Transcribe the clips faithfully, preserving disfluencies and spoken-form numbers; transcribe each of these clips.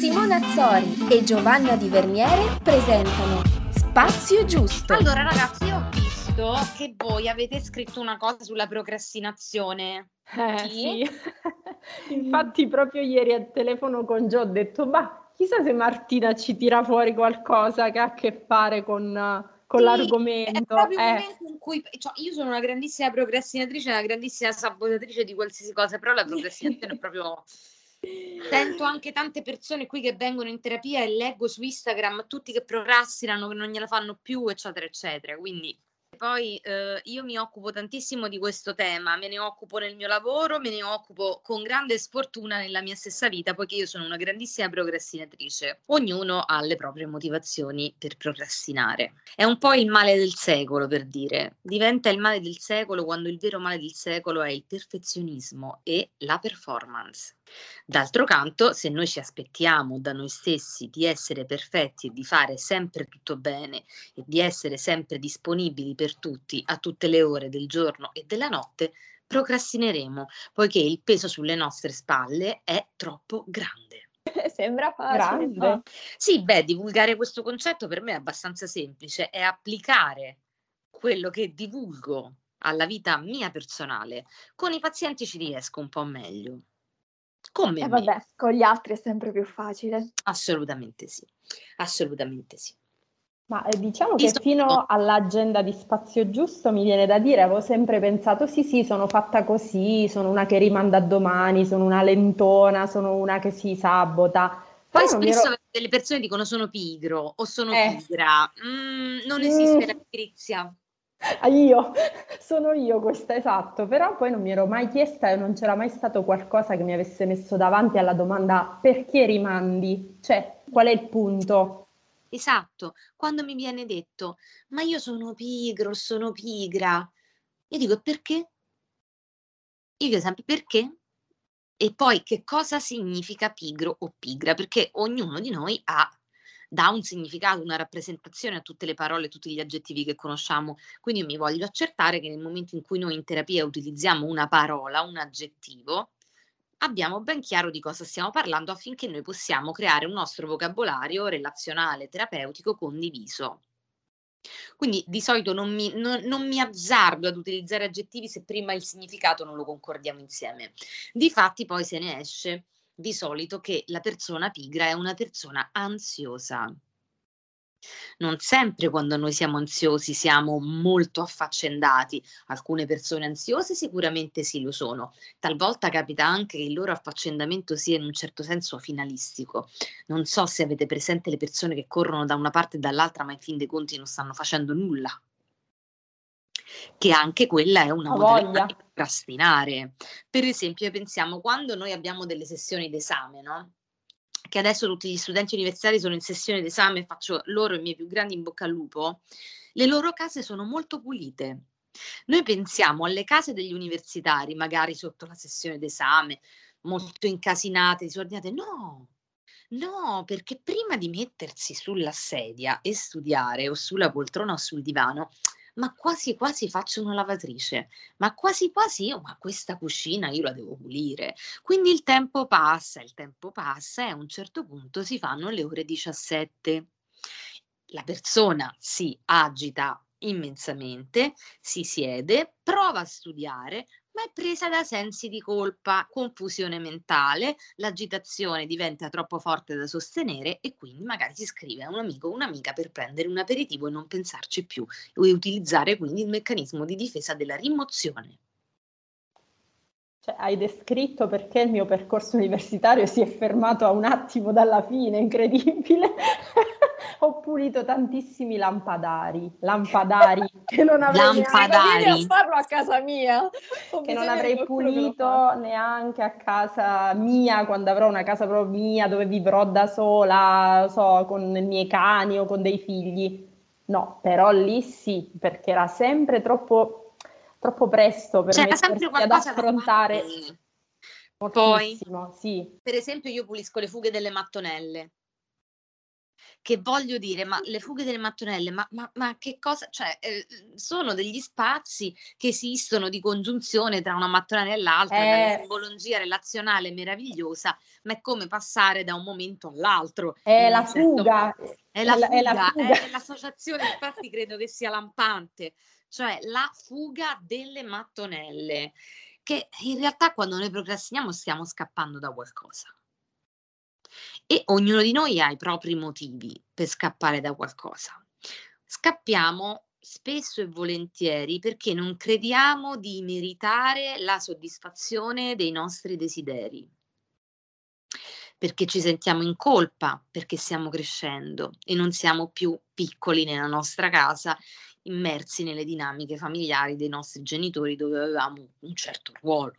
Simona Azzori e Giovanna Di Verniere presentano Spazio Giusto. Allora ragazzi, io ho visto che voi avete scritto una cosa sulla procrastinazione. Eh Sì? sì, infatti proprio ieri al telefono con Gio ho detto, ma chissà se Martina ci tira fuori qualcosa che ha a che fare con, con Sì, l'argomento. è proprio un Eh. momento in cui, cioè, io sono una grandissima procrastinatrice, una grandissima sabotatrice di qualsiasi cosa, però la procrastinazione è proprio... Sento anche tante persone qui che vengono in terapia e leggo su Instagram tutti che procrastinano, che non gliela fanno più, eccetera, eccetera. Quindi poi eh, io mi occupo tantissimo di questo tema, me ne occupo nel mio lavoro, me ne occupo con grande sfortuna nella mia stessa vita, poiché io sono una grandissima procrastinatrice. Ognuno ha le proprie motivazioni per procrastinare. È un po' il male del secolo, per dire. Diventa il male del secolo quando il vero male del secolo è il perfezionismo e la performance. D'altro canto, se noi ci aspettiamo da noi stessi di essere perfetti e di fare sempre tutto bene e di essere sempre disponibili per tutti a tutte le ore del giorno e della notte, procrastineremo, poiché il peso sulle nostre spalle è troppo grande. Sembra facile. Grande. Sì, beh, divulgare questo concetto per me è abbastanza semplice, è applicare quello che divulgo alla vita mia personale. Con i pazienti ci riesco un po' meglio. Come E me. vabbè, con gli altri è sempre più facile. Assolutamente sì, assolutamente sì. Ma eh, diciamo Io che fino all'agenda di Spazio Giusto mi viene da dire, avevo sempre pensato sì sì, sono fatta così, sono una che rimanda a domani, sono una lentona, sono una che si sabota. Poi Però non mi spesso ero... delle persone dicono sono pigro o sono Eh. pigra. Mm, non Mm. esiste la pigrizia. Ah, io, sono io questa, esatto, però poi non mi ero mai chiesta e non c'era mai stato qualcosa che mi avesse messo davanti alla domanda perché rimandi? Cioè, qual è il punto? Esatto, quando mi viene detto ma io sono pigro, sono pigra, io dico perché? Io dico sempre perché? E poi che cosa significa pigro o pigra? Perché ognuno di noi ha dà un significato, una rappresentazione a tutte le parole, tutti gli aggettivi che conosciamo. Quindi io mi voglio accertare che nel momento in cui noi in terapia utilizziamo una parola, un aggettivo, abbiamo ben chiaro di cosa stiamo parlando affinché noi possiamo creare un nostro vocabolario relazionale, terapeutico condiviso. Quindi di solito non mi, non, non mi azzardo ad utilizzare aggettivi se prima il significato non lo concordiamo insieme. Difatti poi se ne esce di solito che la persona pigra è una persona ansiosa. Non sempre quando noi siamo ansiosi siamo molto affaccendati. Alcune persone ansiose sicuramente sì lo sono. Talvolta capita anche che il loro affaccendamento sia in un certo senso finalistico. Non so se avete presente le persone che corrono da una parte e dall'altra ma in fin dei conti non stanno facendo nulla. Che anche quella è una Ha modalità voglia. di procrastinare. Per esempio, pensiamo quando noi abbiamo delle sessioni d'esame, no? Che adesso tutti gli studenti universitari sono in sessione d'esame, faccio loro i miei più grandi in bocca al lupo, le loro case sono molto pulite. Noi pensiamo alle case degli universitari, magari sotto la sessione d'esame, molto incasinate, disordinate. No, no, perché prima di mettersi sulla sedia e studiare o sulla poltrona o sul divano, ma quasi quasi faccio una lavatrice, ma quasi quasi io, ma questa cucina io la devo pulire. Quindi il tempo passa, il tempo passa e a un certo punto si fanno le ore diciassette. La persona si agita immensamente, si siede, prova a studiare, ma è presa da sensi di colpa, confusione mentale, l'agitazione diventa troppo forte da sostenere e quindi magari si scrive a un amico o un'amica per prendere un aperitivo e non pensarci più e utilizzare quindi il meccanismo di difesa della rimozione. Cioè, hai descritto perché il mio percorso universitario si è fermato a un attimo dalla fine, incredibile. Ho pulito tantissimi lampadari, lampadari che non avrei Lampadari. neanche, Vieni a farlo a casa mia. Ho che non bisogno di avrei qualcuno che lo pulito fa. neanche a casa mia, quando avrò una casa proprio mia, dove vivrò da sola, so, con i miei cani o con dei figli. No, però lì sì, perché era sempre troppo, troppo presto per C'era sempre mettersi ad qualcosa da affrontare. fare. Poi, Moltissimo, sì. per esempio, io pulisco le fughe delle mattonelle. Che voglio dire, ma le fughe delle mattonelle, ma ma ma che cosa cioè, ehm, sono degli spazi che esistono di congiunzione tra una mattonella e l'altra, dalla Eh, simbologia relazionale meravigliosa, ma è come passare da un momento all'altro è in la un certo fuga, modo. È è la la, è la fuga, fuga. è l'associazione infatti credo che sia lampante, cioè la fuga delle mattonelle, che in realtà quando noi procrastiniamo stiamo scappando da qualcosa. E ognuno di noi ha i propri motivi per scappare da qualcosa. Scappiamo spesso e volentieri perché non crediamo di meritare la soddisfazione dei nostri desideri, perché ci sentiamo in colpa, perché stiamo crescendo e non siamo più piccoli nella nostra casa, immersi nelle dinamiche familiari dei nostri genitori dove avevamo un certo ruolo.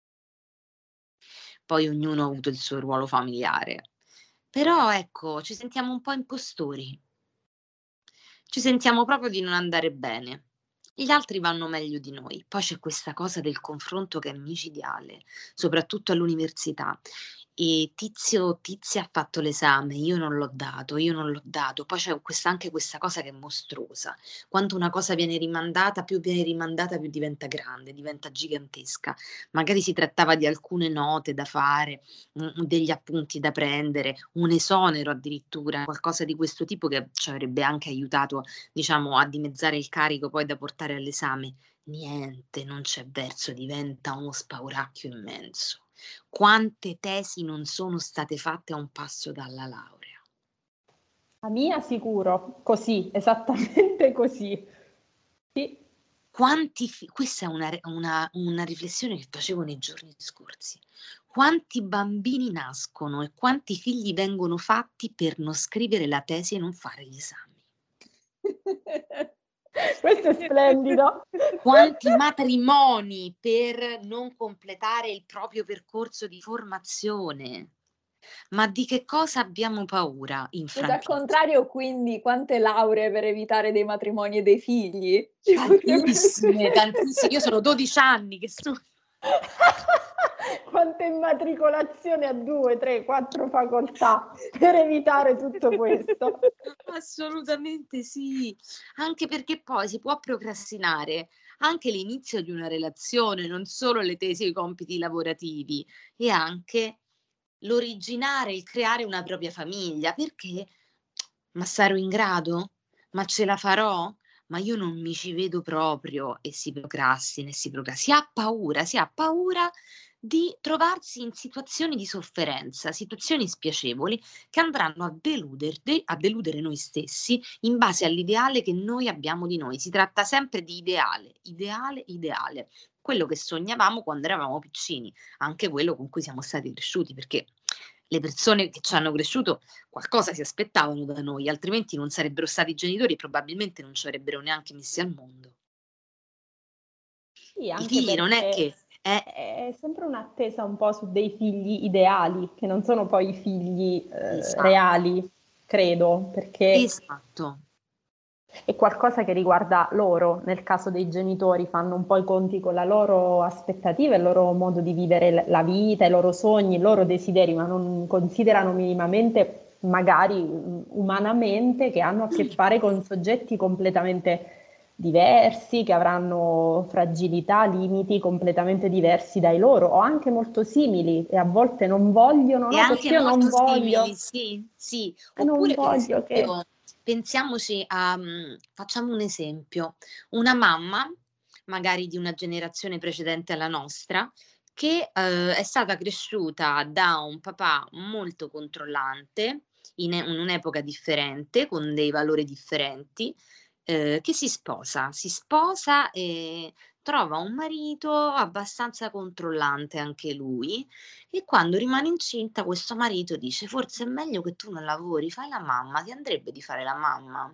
Poi ognuno ha avuto il suo ruolo familiare. Però ecco, ci sentiamo un po' impostori, ci sentiamo proprio di non andare bene. Gli altri vanno meglio di noi. Poi c'è questa cosa del confronto che è micidiale, soprattutto all'università. E tizio o tizia ha fatto l'esame, io non l'ho dato, io non l'ho dato. Poi c'è questa, anche questa cosa che è mostruosa. Quando una cosa viene rimandata, più viene rimandata, più diventa grande, diventa gigantesca. Magari si trattava di alcune note da fare, mh, degli appunti da prendere, un esonero addirittura, qualcosa di questo tipo che ci avrebbe anche aiutato, diciamo, a dimezzare il carico poi da portare all'esame. Niente, non c'è verso, diventa uno spauracchio immenso. Quante tesi non sono state fatte a un passo dalla laurea? La mia sicuro, così, esattamente così. Sì. Quanti fi questa è una re una una riflessione che facevo nei giorni scorsi. Quanti bambini nascono e quanti figli vengono fatti per non scrivere la tesi e non fare gli esami? Questo è splendido. Quanti matrimoni per non completare il proprio percorso di formazione? Ma di che cosa abbiamo paura, Ed al infranchezza? contrario, quindi, quante lauree per evitare dei matrimoni e dei figli? Ci potrebbe Tantissime, essere. tantissi io sono dodici anni che studio. Quante immatricolazioni a due, tre, quattro facoltà per evitare tutto questo. Assolutamente sì, anche perché poi si può procrastinare anche l'inizio di una relazione, non solo le tesi o i compiti lavorativi, e anche l'originare, il creare una propria famiglia, perché ma sarò in grado? Ma ce la farò? Ma io non mi ci vedo proprio e si procrastina e si procra si ha paura, si ha paura di trovarsi in situazioni di sofferenza, situazioni spiacevoli che andranno a deluderde a deludere noi stessi in base all'ideale che noi abbiamo di noi. Si tratta sempre di ideale, ideale, ideale. Quello che sognavamo quando eravamo piccini, anche quello con cui siamo stati cresciuti, perché le persone che ci hanno cresciuto qualcosa si aspettavano da noi, altrimenti non sarebbero stati genitori e probabilmente non ci avrebbero neanche messi al mondo. Sì, I anche figli non è perché che eh, è sempre un'attesa un po' su dei figli ideali, che non sono poi i figli eh, esatto, reali, credo, perché esatto. è qualcosa che riguarda loro, nel caso dei genitori, fanno un po' i conti con la loro aspettativa, il loro modo di vivere l- la vita, i loro sogni, i loro desideri, ma non considerano minimamente, magari mm, umanamente, che hanno a che fare con soggetti completamente diversi, che avranno fragilità, limiti completamente diversi dai loro, o anche molto simili, e a volte non vogliono, E no, anche perché io non molto simili, voglio, sì, sì. e non Oppure per voglio che... esempio pensiamoci a mhmm, facciamo un esempio, una mamma, magari di una generazione precedente alla nostra, che, uhm, è stata cresciuta da un papà molto controllante, in e in un'epoca differente, con dei valori differenti, uhm, che si sposa. Si sposa e trova un marito abbastanza controllante anche lui, e quando rimane incinta questo marito dice: "Forse è meglio che tu non lavori, fai la mamma, ti andrebbe di fare la mamma?"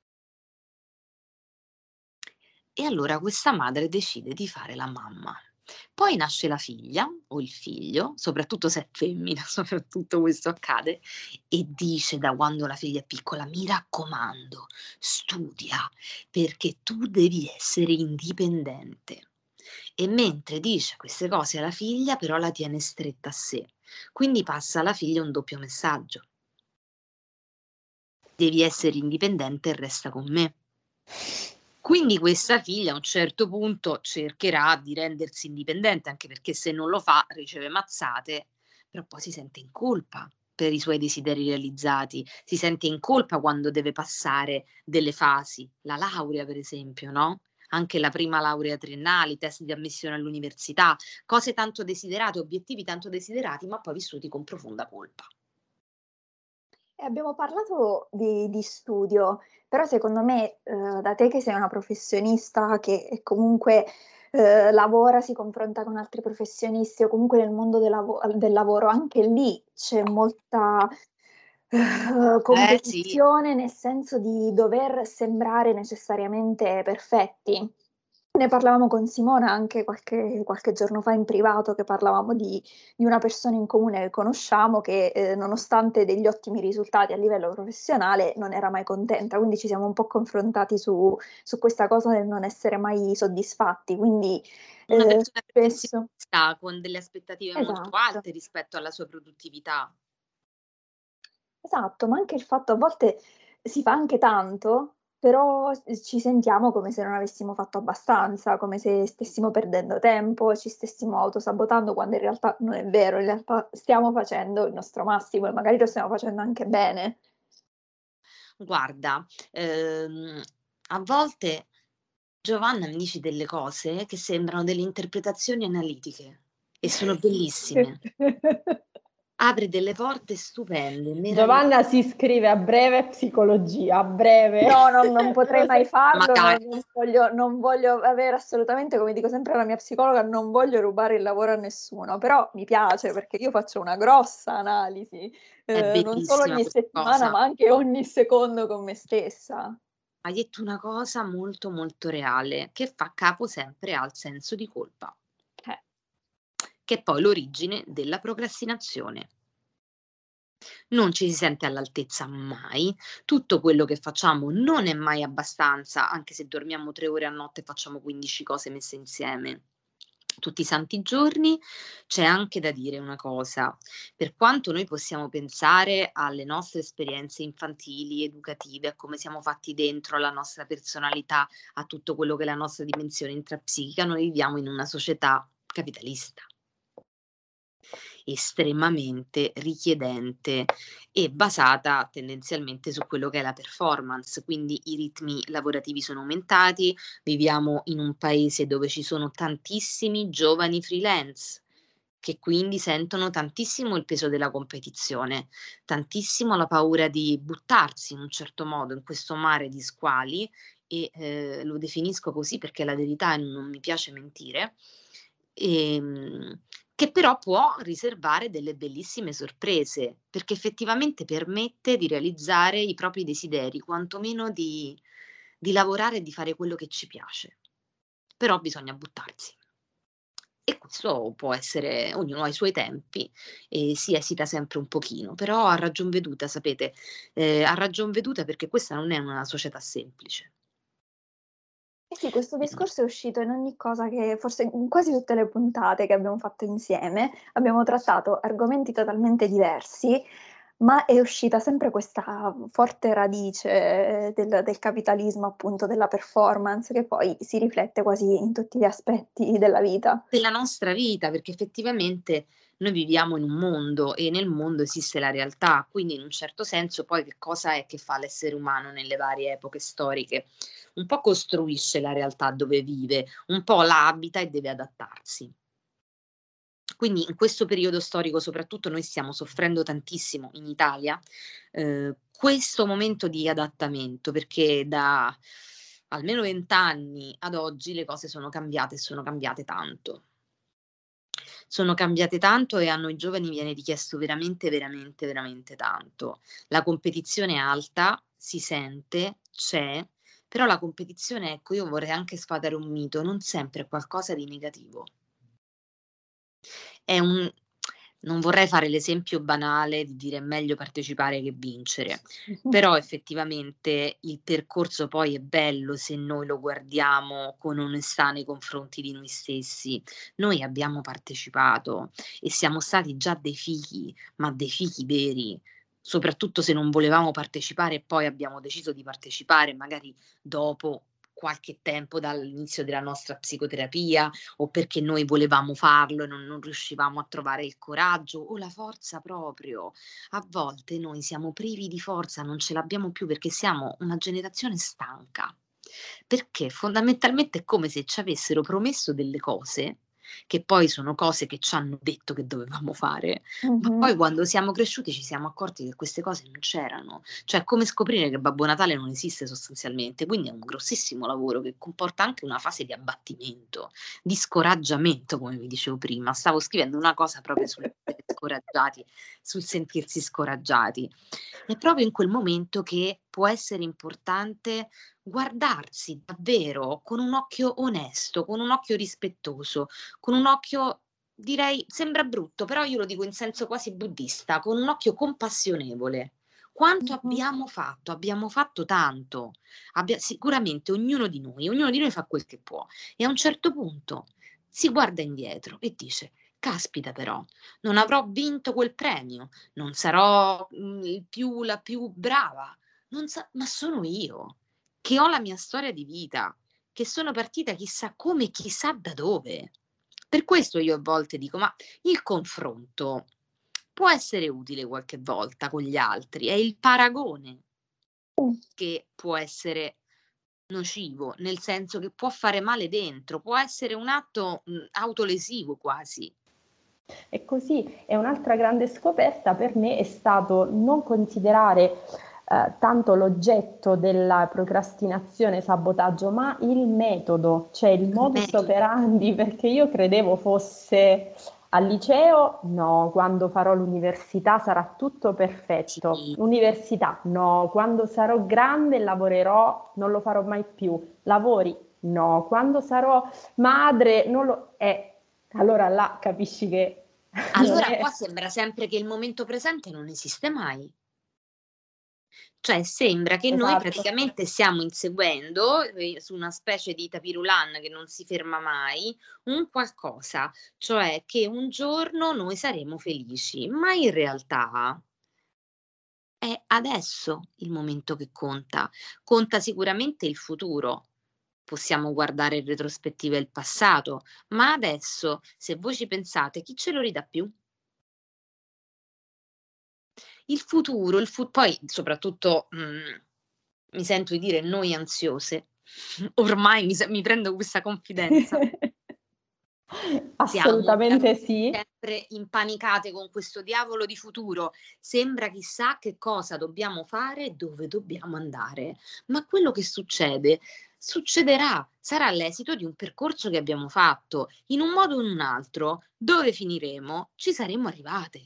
E allora questa madre decide di fare la mamma. Poi nasce la figlia o il figlio, soprattutto se è femmina, soprattutto questo accade, e dice da quando la figlia è piccola: "Mi raccomando, studia, perché tu devi essere indipendente." E mentre dice queste cose alla figlia, però la tiene stretta a sé. Quindi passa alla figlia un doppio messaggio. devi essere indipendente e resta con me. Quindi questa figlia a un certo punto cercherà di rendersi indipendente, anche perché se non lo fa riceve mazzate, però poi si sente in colpa per i suoi desideri realizzati, si sente in colpa quando deve passare delle fasi, la laurea per esempio, no? Anche la prima laurea triennale, i test di ammissione all'università, cose tanto desiderate, obiettivi tanto desiderati, ma poi vissuti con profonda colpa. E abbiamo parlato di di studio, però secondo me, uhm, da te che sei una professionista che comunque, uhm, lavora, si confronta con altri professionisti o comunque nel mondo del lavo del lavoro, anche lì c'è molta, uhm, Eh sì. competizione, nel senso di dover sembrare necessariamente perfetti. Ne parlavamo con Simona anche qualche qualche giorno fa in privato, che parlavamo di di una persona in comune che conosciamo che, ehm, nonostante degli ottimi risultati a livello professionale, non era mai contenta, quindi ci siamo un po' confrontati su su questa cosa del non essere mai soddisfatti. Quindi, Una ehm, persona spesso perfezionista con delle aspettative molto esatto. alte rispetto alla sua produttività. Esatto, ma anche il fatto a volte si fa anche tanto, però s ci sentiamo come se non avessimo fatto abbastanza, come se stessimo perdendo tempo, ci stessimo autosabotando, quando in realtà non è vero, in realtà stiamo facendo il nostro massimo e magari lo stiamo facendo anche bene. Guarda, ehm, a volte Giovanna mi dici delle cose che sembrano delle interpretazioni analitiche e sono bellissime. Apri delle porte stupende, meravigliose. Giovanna si iscrive a breve psicologia, a breve. No, non non potrei mai Ma farlo, dai, non non voglio non voglio avere assolutamente, come dico sempre alla mia psicologa, non voglio rubare il lavoro a nessuno, però mi piace perché io faccio una grossa analisi, è ehm, non solo bellissima ogni questa settimana, cosa. ma anche ogni secondo con me stessa. Hai detto una cosa molto, molto reale, che fa capo sempre al senso di colpa, Eh. che è poi l'origine della procrastinazione. Non ci si sente all'altezza mai, tutto quello che facciamo non è mai abbastanza, anche se dormiamo tre ore a notte e facciamo quindici cose messe insieme tutti i santi giorni. C'è anche da dire una cosa: per quanto noi possiamo pensare alle nostre esperienze infantili, educative, a come siamo fatti dentro, alla nostra personalità, a tutto quello che è la nostra dimensione intrapsichica, noi viviamo in una società capitalista, estremamente richiedente e basata tendenzialmente su quello che è la performance, quindi i ritmi lavorativi sono aumentati, viviamo in un paese dove ci sono tantissimi giovani freelance, che quindi sentono tantissimo il peso della competizione, tantissimo la paura di buttarsi in un certo modo in questo mare di squali e, ehm, lo definisco così perché è la verità e non mi piace mentire, ehm, che però può riservare delle bellissime sorprese, perché effettivamente permette di realizzare i propri desideri, quantomeno di di lavorare e di fare quello che ci piace. Però bisogna buttarsi. E questo può essere, ognuno ha i suoi tempi e si esita sempre un pochino, però a ragion veduta, sapete, ehm, a ragion veduta perché questa non è una società semplice. Eh sì, questo Quindi discorso è uscito in ogni cosa che forse in quasi tutte le puntate che abbiamo fatto insieme, abbiamo trattato argomenti totalmente diversi, ma è uscita sempre questa forte radice eh, del del capitalismo, appunto, della performance, che poi si riflette quasi in tutti gli aspetti della vita. della nostra vita, perché effettivamente noi viviamo in un mondo e nel mondo esiste la realtà, quindi in un certo senso poi che cosa è che fa l'essere umano nelle varie epoche storiche? Un po' costruisce la realtà dove vive, un po' la abita e deve adattarsi. Quindi in questo periodo storico soprattutto noi stiamo soffrendo tantissimo in Italia, ehm, questo momento di adattamento, perché da almeno venti anni ad oggi le cose sono cambiate e sono cambiate tanto. Sono cambiate tanto e a noi giovani viene richiesto veramente, veramente, veramente tanto. La competizione è alta, si sente, c'è, però la competizione, ecco, io vorrei anche sfatare un mito, non sempre è qualcosa di negativo. È un Non vorrei fare l'esempio banale di dire: "È meglio partecipare che vincere", però effettivamente il percorso poi è bello se noi lo guardiamo con onestà nei confronti di noi stessi. Noi abbiamo partecipato e siamo stati già dei fichi, ma dei fichi veri. soprattutto se non volevamo partecipare e poi abbiamo deciso di partecipare magari dopo qualche tempo dall'inizio della nostra psicoterapia, o perché noi volevamo farlo e non, non riuscivamo a trovare il coraggio o la forza proprio. A volte noi siamo privi di forza, non ce l'abbiamo più perché siamo una generazione stanca, perché fondamentalmente è come se ci avessero promesso delle cose che poi sono cose che ci hanno detto che dovevamo fare, ma Mhm. poi quando siamo cresciuti ci siamo accorti che queste cose non c'erano. Cioè è come scoprire che Babbo Natale non esiste sostanzialmente, quindi è un grossissimo lavoro che comporta anche una fase di abbattimento, di scoraggiamento, come vi dicevo prima. Stavo scrivendo una cosa proprio sull'essere scoraggiati, sul sentirsi scoraggiati. È proprio in quel momento che può essere importante guardarsi davvero con un occhio onesto, con un occhio rispettoso, con un occhio, direi, sembra brutto, però io lo dico in senso quasi buddista, con un occhio compassionevole. Quanto Mhm. abbiamo fatto? Abbiamo fatto tanto. Abbia- sicuramente ognuno di noi, ognuno di noi fa quel che può e a un certo punto si guarda indietro e dice: caspita, però, non avrò vinto quel premio, non sarò mm, il più, la più brava, non sa- ma sono io che ho la mia storia di vita, che sono partita chissà come, chissà da dove. Per questo io a volte dico, ma il confronto può essere utile qualche volta con gli altri, è il paragone che può essere nocivo, nel senso che può fare male dentro, può essere un atto mh, autolesivo quasi. E così è un'altra grande scoperta per me è stato non considerare eh, tanto l'oggetto della procrastinazione, sabotaggio, ma il metodo, cioè il modus Metodo. operandi, perché io credevo fosse al liceo, no, quando farò l'università sarà tutto perfetto. Sì. Università, no, quando sarò grande e lavorerò, non lo farò mai più. Lavori, no, quando sarò madre, non lo è. Allora là capisci che non Allora è qua sembra sempre che il momento presente non esiste mai. Cioè sembra che noi esatto. praticamente stiamo inseguendo, ehm, su una specie di tapis-roulant che non si ferma mai, un qualcosa, cioè che un giorno noi saremo felici, ma in realtà è adesso il momento che conta. Conta sicuramente il futuro. Possiamo guardare in retrospettiva il passato, ma adesso, se voi ci pensate, chi ce lo ridà più? Il futuro, il fu poi soprattutto, mhmm, mi sento di dire noi ansiose, ormai mi se mi prendo questa confidenza. Siamo Assolutamente veramente sì. sempre impanicate con questo diavolo di futuro. Sembra chissà che cosa dobbiamo fare e dove dobbiamo andare, ma quello che succede, succederà, sarà l'esito di un percorso che abbiamo fatto. In un modo o in un altro, dove finiremo, ci saremo arrivate.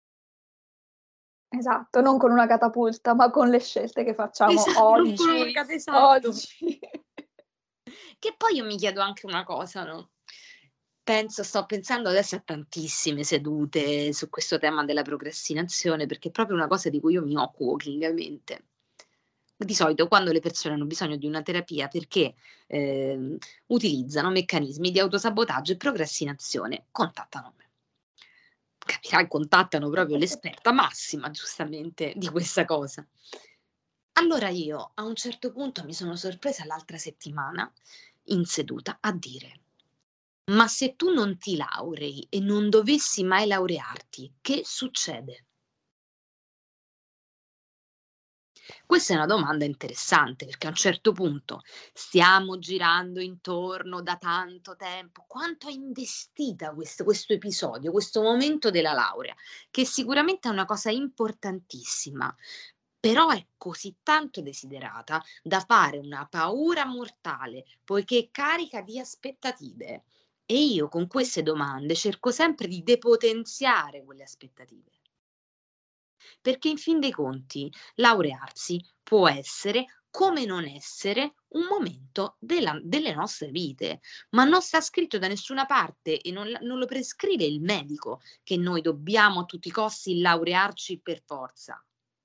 Esatto, non con una catapulta, ma con le scelte che facciamo Esatto, non con una oggi. cata esatto. Oggi. Che poi io mi chiedo anche una cosa, no, penso sto pensando adesso a tantissime sedute su questo tema della procrastinazione, perché è proprio una cosa di cui io mi occupo clinicamente. Di solito quando le persone hanno bisogno di una terapia perché, ehm, utilizzano meccanismi di autosabotaggio e procrastinazione, contattano me. Capirai, contattano proprio l'esperta massima, giustamente, di questa cosa. Allora io a un certo punto mi sono sorpresa l'altra settimana in seduta a dire: "Ma se tu non ti laurei e non dovessi mai laurearti, che succede?" Questa è una domanda interessante perché a un certo punto stiamo girando intorno da tanto tempo. Quanto è investita questo, questo episodio, questo momento della laurea, che sicuramente è una cosa importantissima, però è così tanto desiderata da fare una paura mortale, poiché è carica di aspettative. E io con queste domande cerco sempre di depotenziare quelle aspettative. Perché in fin dei conti laurearsi può essere, come non essere, un momento della delle nostre vite, ma non sta scritto da nessuna parte e non l non lo prescrive il medico che noi dobbiamo a tutti i costi laurearci per forza.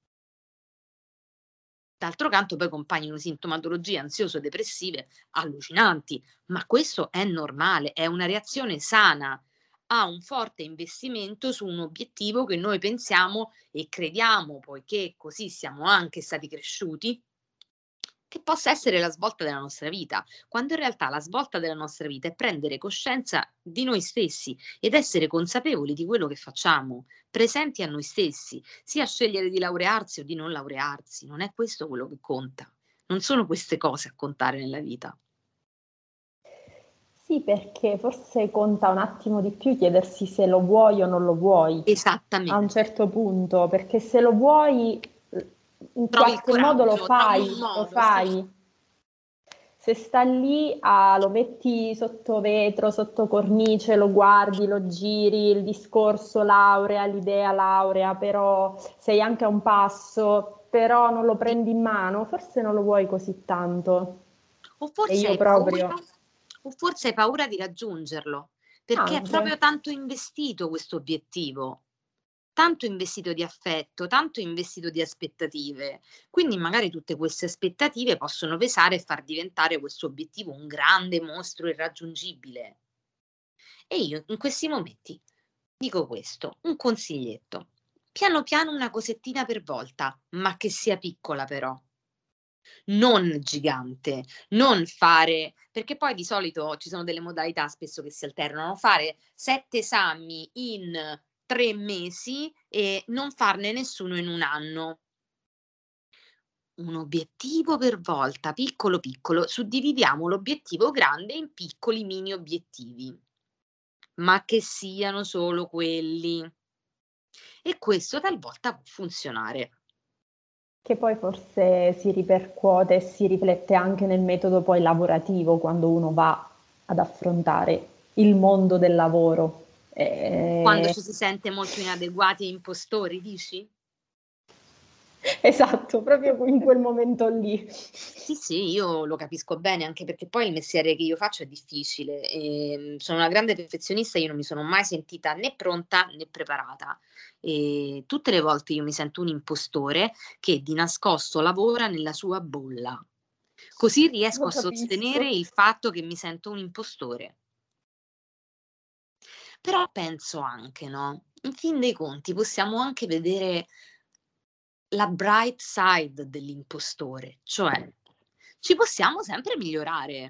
D'altro canto poi compaiono sintomatologie ansioso-depressive allucinanti, ma questo è normale, è una reazione sana ha un forte investimento su un obiettivo che noi pensiamo e crediamo, poiché così siamo anche stati cresciuti, che possa essere la svolta della nostra vita, quando in realtà la svolta della nostra vita è prendere coscienza di noi stessi ed essere consapevoli di quello che facciamo, presenti a noi stessi, sia scegliere di laurearsi o di non laurearsi, non è questo quello che conta, non sono queste cose a contare nella vita. Sì, perché forse conta un attimo di più chiedersi se lo vuoi o non lo vuoi, a un Esattamente. certo punto, perché se lo vuoi, in Trovi il qualche modo lo coraggio, trovi fai, un lo modo, sì. fai. Se sta lì, ah, lo metti sotto vetro, sotto cornice, lo guardi, lo giri, il discorso laurea, l'idea laurea, però sei anche a un passo, però non lo prendi in mano, forse non lo vuoi così tanto. O E forse io hai paura, proprio, o forse hai paura di raggiungerlo, perché è proprio anche. tanto investito questo obiettivo, tanto investito di affetto, tanto investito di aspettative. Quindi magari tutte queste aspettative possono pesare e far diventare questo obiettivo un grande mostro irraggiungibile. E io in questi momenti dico questo, un consiglietto. Piano piano una cosettina per volta, ma che sia piccola però. Non gigante, non fare perché poi di solito ci sono delle modalità spesso che si alternano, fare sette esami in tre mesi e non farne nessuno in un anno. Un obiettivo per volta, piccolo piccolo, suddividiamo l'obiettivo grande in piccoli mini obiettivi, ma che siano solo quelli. E questo talvolta può funzionare. Che poi forse si ripercuote e si riflette anche nel metodo poi lavorativo quando uno va ad affrontare il mondo del lavoro. Quando Eh, ci si sente molto inadeguati e impostori, dici? esatto, proprio in quel momento lì. Sì, sì, io lo capisco bene, anche perché poi il mestiere che io faccio è difficile. Ehm, sono una grande perfezionista, io non mi sono mai sentita né pronta né preparata. E tutte le volte io mi sento un impostore che di nascosto lavora nella sua bolla. Così riesco Lo a sostenere capisco. il fatto che mi sento un impostore. Però penso anche, no, in fin dei conti possiamo anche vedere la bright side dell'impostore, cioè ci possiamo sempre migliorare.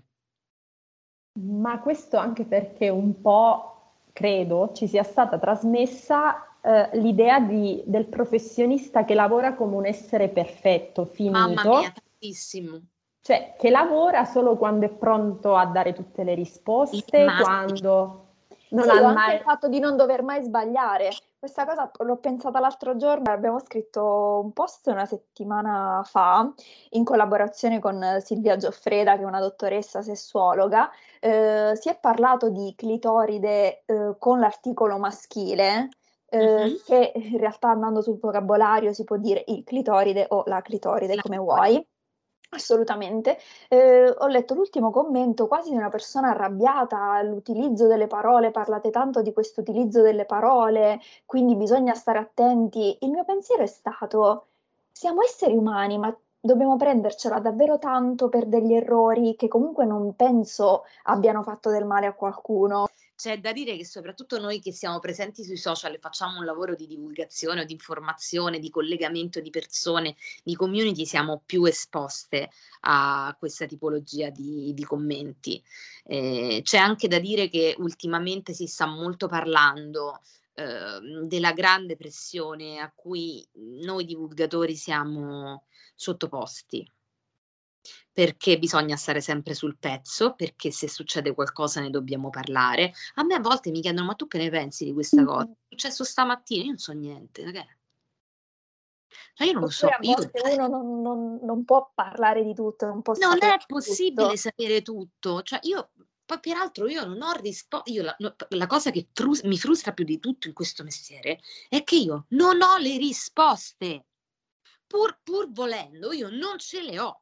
Ma questo anche perché un po', credo, ci sia stata trasmessa eh, l'idea di- del professionista che lavora come un essere perfetto, Mamma mia, finito, tantissimo. cioè che lavora solo quando è pronto a dare tutte le I risposte, massimi. quando non Sì, ha o anche mai... il fatto di non dover mai sbagliare. Questa cosa l'ho pensata l'altro giorno, abbiamo scritto un post una settimana fa in collaborazione con Silvia Gioffreda, che è una dottoressa sessuologa. Eh, si è parlato di clitoride eh, con l'articolo maschile, eh, Mh-mh. che in realtà andando sul vocabolario si può dire il clitoride o la clitoride, La come vittoria. vuoi. Assolutamente. Eh, ho letto l'ultimo commento quasi di una persona arrabbiata all'utilizzo delle parole, parlate tanto di questo utilizzo delle parole, quindi bisogna stare attenti. Il mio pensiero è stato, siamo esseri umani, ma dobbiamo prendercela davvero tanto per degli errori che comunque non penso abbiano fatto del male a qualcuno. C'è da dire che soprattutto noi che siamo presenti sui social e facciamo un lavoro di divulgazione o di informazione, di collegamento di persone, di community, siamo più esposte a questa tipologia di di commenti. Ehm, c'è anche da dire che ultimamente si sta molto parlando, uhm, della grande pressione a cui noi divulgatori siamo sottoposti. Perché bisogna stare sempre sul pezzo, perché se succede qualcosa ne dobbiamo parlare. A me a volte mi chiedono: "Ma tu che ne pensi di questa cosa? È successo stamattina", io non so niente, ma che è? Cioè io non lo Oppure so, a io volte uno non, non- non può parlare di tutto, non può non è sapere possibile tutto. sapere tutto. Cioè io poi peraltro io non ho rispo io la no la cosa che frus mi frustra più di tutto in questo mestiere è che io non ho le risposte. Pur pur volendo io non ce le ho.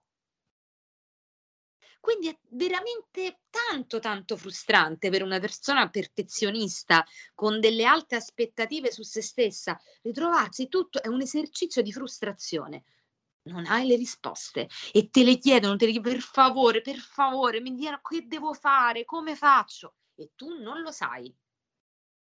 Quindi è veramente tanto, tanto frustrante per una persona perfezionista con delle alte aspettative su se stessa, ritrovarsi tutto è un esercizio di frustrazione. Non hai le risposte e te le chiedono, te le chie per favore, per favore, mi diano che devo fare, come faccio? E tu non lo sai.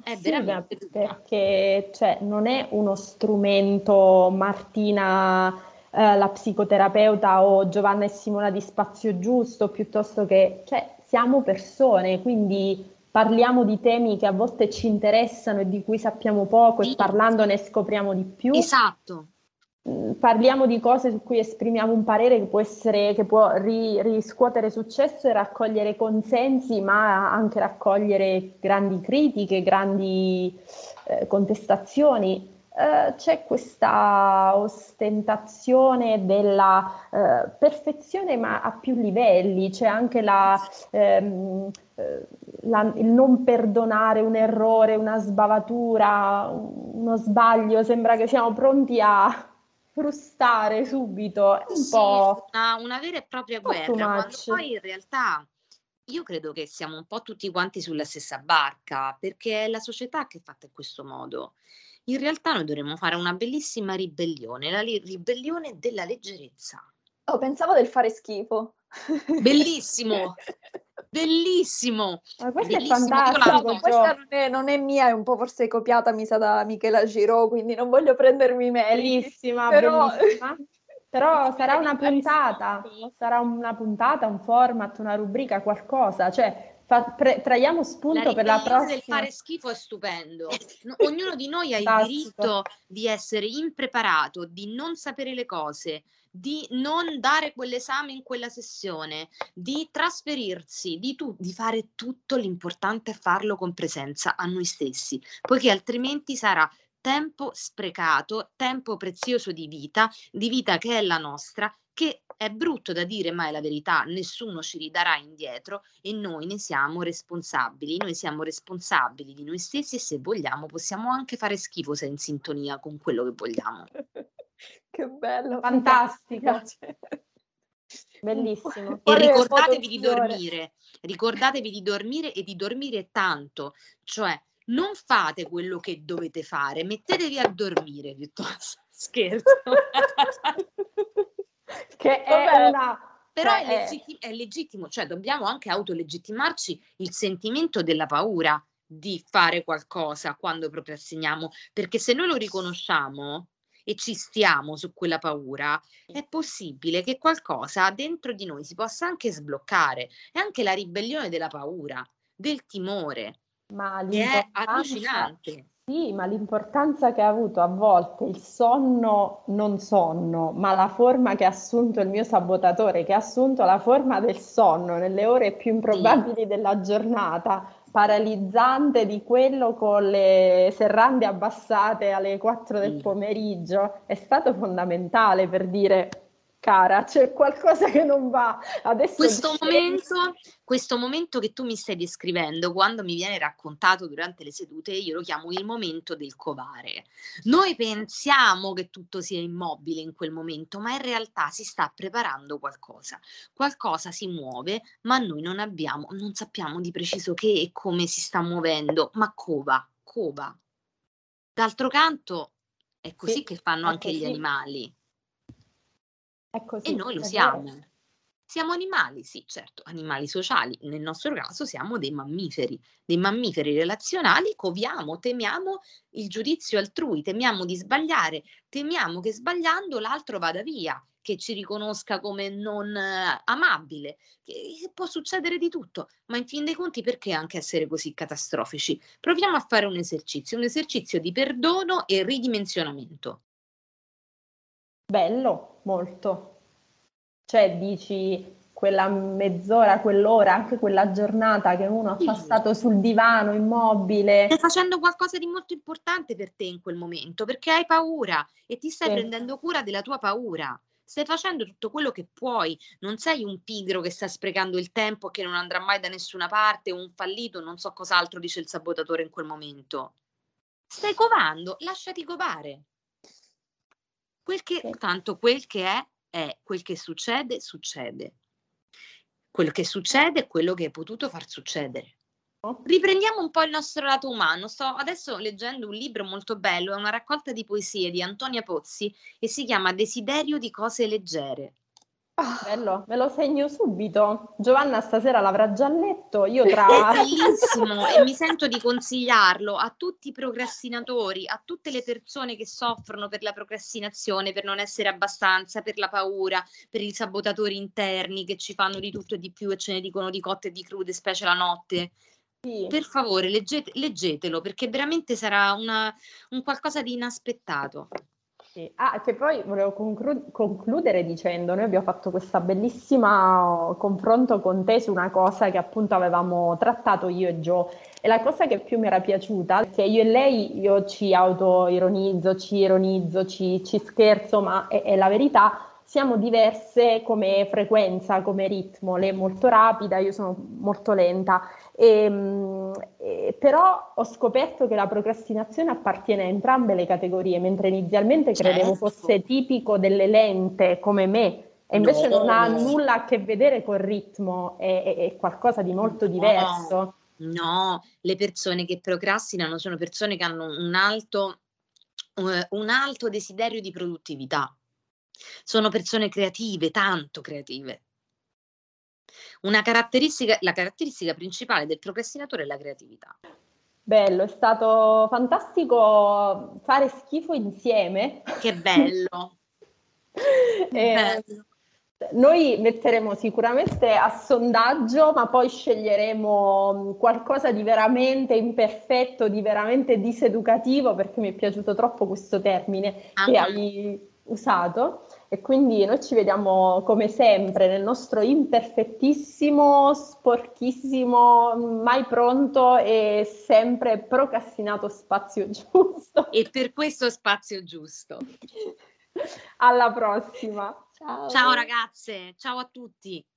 È Sì, ma veramente dura. perché cioè, non è uno strumento Martina, eh, la psicoterapeuta o Giovanna e Simona di Spazio Giusto, piuttosto che, cioè, siamo persone, quindi parliamo di temi che a volte ci interessano e di cui sappiamo poco e Sì, parlandone scopriamo di più. esatto. Mm, Parliamo di cose su cui esprimiamo un parere che può essere, che può ri- riscuotere successo e raccogliere consensi, ma anche raccogliere grandi critiche, grandi eh, contestazioni. Eh, c'è questa ostentazione della eh, perfezione, ma a più livelli. C'è anche la, ehm, eh, la- il non perdonare un errore, una sbavatura, uno sbaglio. Sembra che siamo pronti a frustare subito, è un Sì, po', una, una vera e propria un po' too guerra, quando much. poi in realtà io credo che siamo un po' tutti quanti sulla stessa barca, perché è la società che è fatta in questo modo. In realtà noi dovremmo fare una bellissima ribellione, la li- ribellione della leggerezza. Oh, pensavo del fare schifo. Bellissimo, bellissimo, Ma questo è bellissimo, io la No, fantastico, ma adoro. questa Gio. non è, non è mia, è un po' forse copiata, mi sa, da Michelangelo, quindi non voglio prendermi i meriti. Bellissima, Però... bellissima. Però sarà Dire di una fare puntata, schifo. sarà una puntata, un format, una rubrica, qualcosa. Cioè, fa- pre- traiamo La spunto per la ribellione del prossima. fare schifo è stupendo. No- ognuno di noi ha il Fantastico. diritto di essere impreparato, di non sapere le cose, di non dare quell'esame in quella sessione, di trasferirsi, di, tu- di fare tutto. L'importante è farlo con presenza a noi stessi, poiché altrimenti sarà tempo sprecato, tempo prezioso di vita, di vita che è la nostra, che è brutto da dire, ma è la verità, nessuno ci ridarà indietro e noi ne siamo responsabili. Noi siamo responsabili di noi stessi e se vogliamo possiamo anche fare schifo se è in sintonia con quello che vogliamo. Che bello, mi piace, mi Fantastico, piace. bellissimo. E Quale modo ricordatevi di migliore? dormire, ricordatevi di dormire e di dormire tanto, cioè non fate quello che dovete fare, mettetevi a dormire piuttosto. Scherzo. Che è Vabbè, una, Però cioè, è, è, legitti- è legittimo, cioè dobbiamo anche autolegittimarci il sentimento della paura di fare qualcosa quando procrastiniamo, perché se noi lo riconosciamo e ci stiamo su quella paura, è possibile che qualcosa dentro di noi si possa anche sbloccare. È anche la ribellione della paura, del timore, ma che è l'importanza, allucinante. sì, ma l'importanza che ha avuto a volte il sonno, non sonno, ma la forma che ha assunto il mio sabotatore, che ha assunto la forma del sonno nelle ore più Sì, improbabili della giornata, paralizzante di quello con le serrande abbassate alle quattro del sì. pomeriggio, è stato fondamentale per dire, cara, c'è qualcosa che non va, adesso Questo discendi. momento, questo momento che tu mi stai descrivendo, quando mi viene raccontato durante le sedute, io lo chiamo il momento del covare. Noi pensiamo che tutto sia immobile in quel momento, ma in realtà si sta preparando qualcosa. Qualcosa si muove, ma noi non abbiamo, non sappiamo di preciso che e come si sta muovendo, ma cova, cova. D'altro canto, è così Sì, che fanno è anche gli così, animali è e così, noi lo è vero. siamo. Siamo animali, sì, certo, animali sociali. Nel nostro caso siamo dei mammiferi, dei mammiferi relazionali, coviamo, temiamo il giudizio altrui, temiamo di sbagliare, temiamo che sbagliando l'altro vada via, che ci riconosca come non eh, amabile, che, che può succedere di tutto, ma in fin dei conti perché anche essere così catastrofici? Proviamo a fare un esercizio, un esercizio di perdono e ridimensionamento. Bello, molto. Cioè, dici quella mezz'ora, quell'ora, anche quella giornata che uno ha Sì. passato sul divano Stai immobile. facendo qualcosa di molto importante per te in quel momento, perché hai paura e ti stai Sì, prendendo cura della tua paura. Stai facendo tutto quello che puoi, non sei un pigro che sta sprecando il tempo e che non andrà mai da nessuna parte, o un fallito, non so cos'altro dice il sabotatore in quel momento. Stai covando, lasciati covare. Quel che, sì. tanto quel che è, è quel che succede, succede. Quello che succede è quello che hai potuto far succedere. Riprendiamo un po' il nostro lato umano. Sto adesso leggendo un libro molto bello, è una raccolta di poesie di Antonia Pozzi e si chiama Desiderio di cose leggere. Ah, bello, me lo segno subito. Giovanna stasera l'avrà già letto, io tra... Bellissimo, e mi sento di consigliarlo a tutti i procrastinatori, a tutte le persone che soffrono per la procrastinazione, per non essere abbastanza, per la paura, per i sabotatori interni che ci fanno di tutto e di più e ce ne dicono di cotte e di crude, specie la notte. Sì. Per favore, leggete, leggetelo, perché veramente sarà una, un qualcosa di inaspettato. Sì. Ah, che poi volevo conclu- concludere dicendo, noi abbiamo fatto questo bellissimo confronto con te su una cosa che appunto avevamo trattato io e Gio, e la cosa che più mi era piaciuta è che io e lei, io ci auto-ironizzo, ci ironizzo, ci, ci scherzo, ma è, è la verità, siamo diverse come frequenza, come ritmo, lei è molto rapida, io sono molto lenta. E, mh, e, però ho scoperto che la procrastinazione appartiene a entrambe le categorie, mentre inizialmente credevo Certo. fosse tipico delle lente come me, e invece No. non ha nulla a che vedere col ritmo, è, è- è qualcosa di molto No. diverso. No, le persone che procrastinano sono persone che hanno un alto, eh, un alto desiderio di produttività. Sono persone creative, tanto creative. Una caratteristica, la caratteristica principale del procrastinatore è la creatività. Bello, è stato fantastico fare schifo insieme. Che bello! Eh, Bello. noi metteremo sicuramente a sondaggio, ma poi sceglieremo qualcosa di veramente imperfetto, di veramente diseducativo, perché mi è piaciuto troppo questo termine che Anche hai usato. E quindi noi ci vediamo come sempre nel nostro imperfettissimo, sporchissimo, mai pronto e sempre procrastinato spazio giusto. e per questo spazio giusto. Alla prossima. Ciao. Ciao ragazze, ciao a tutti.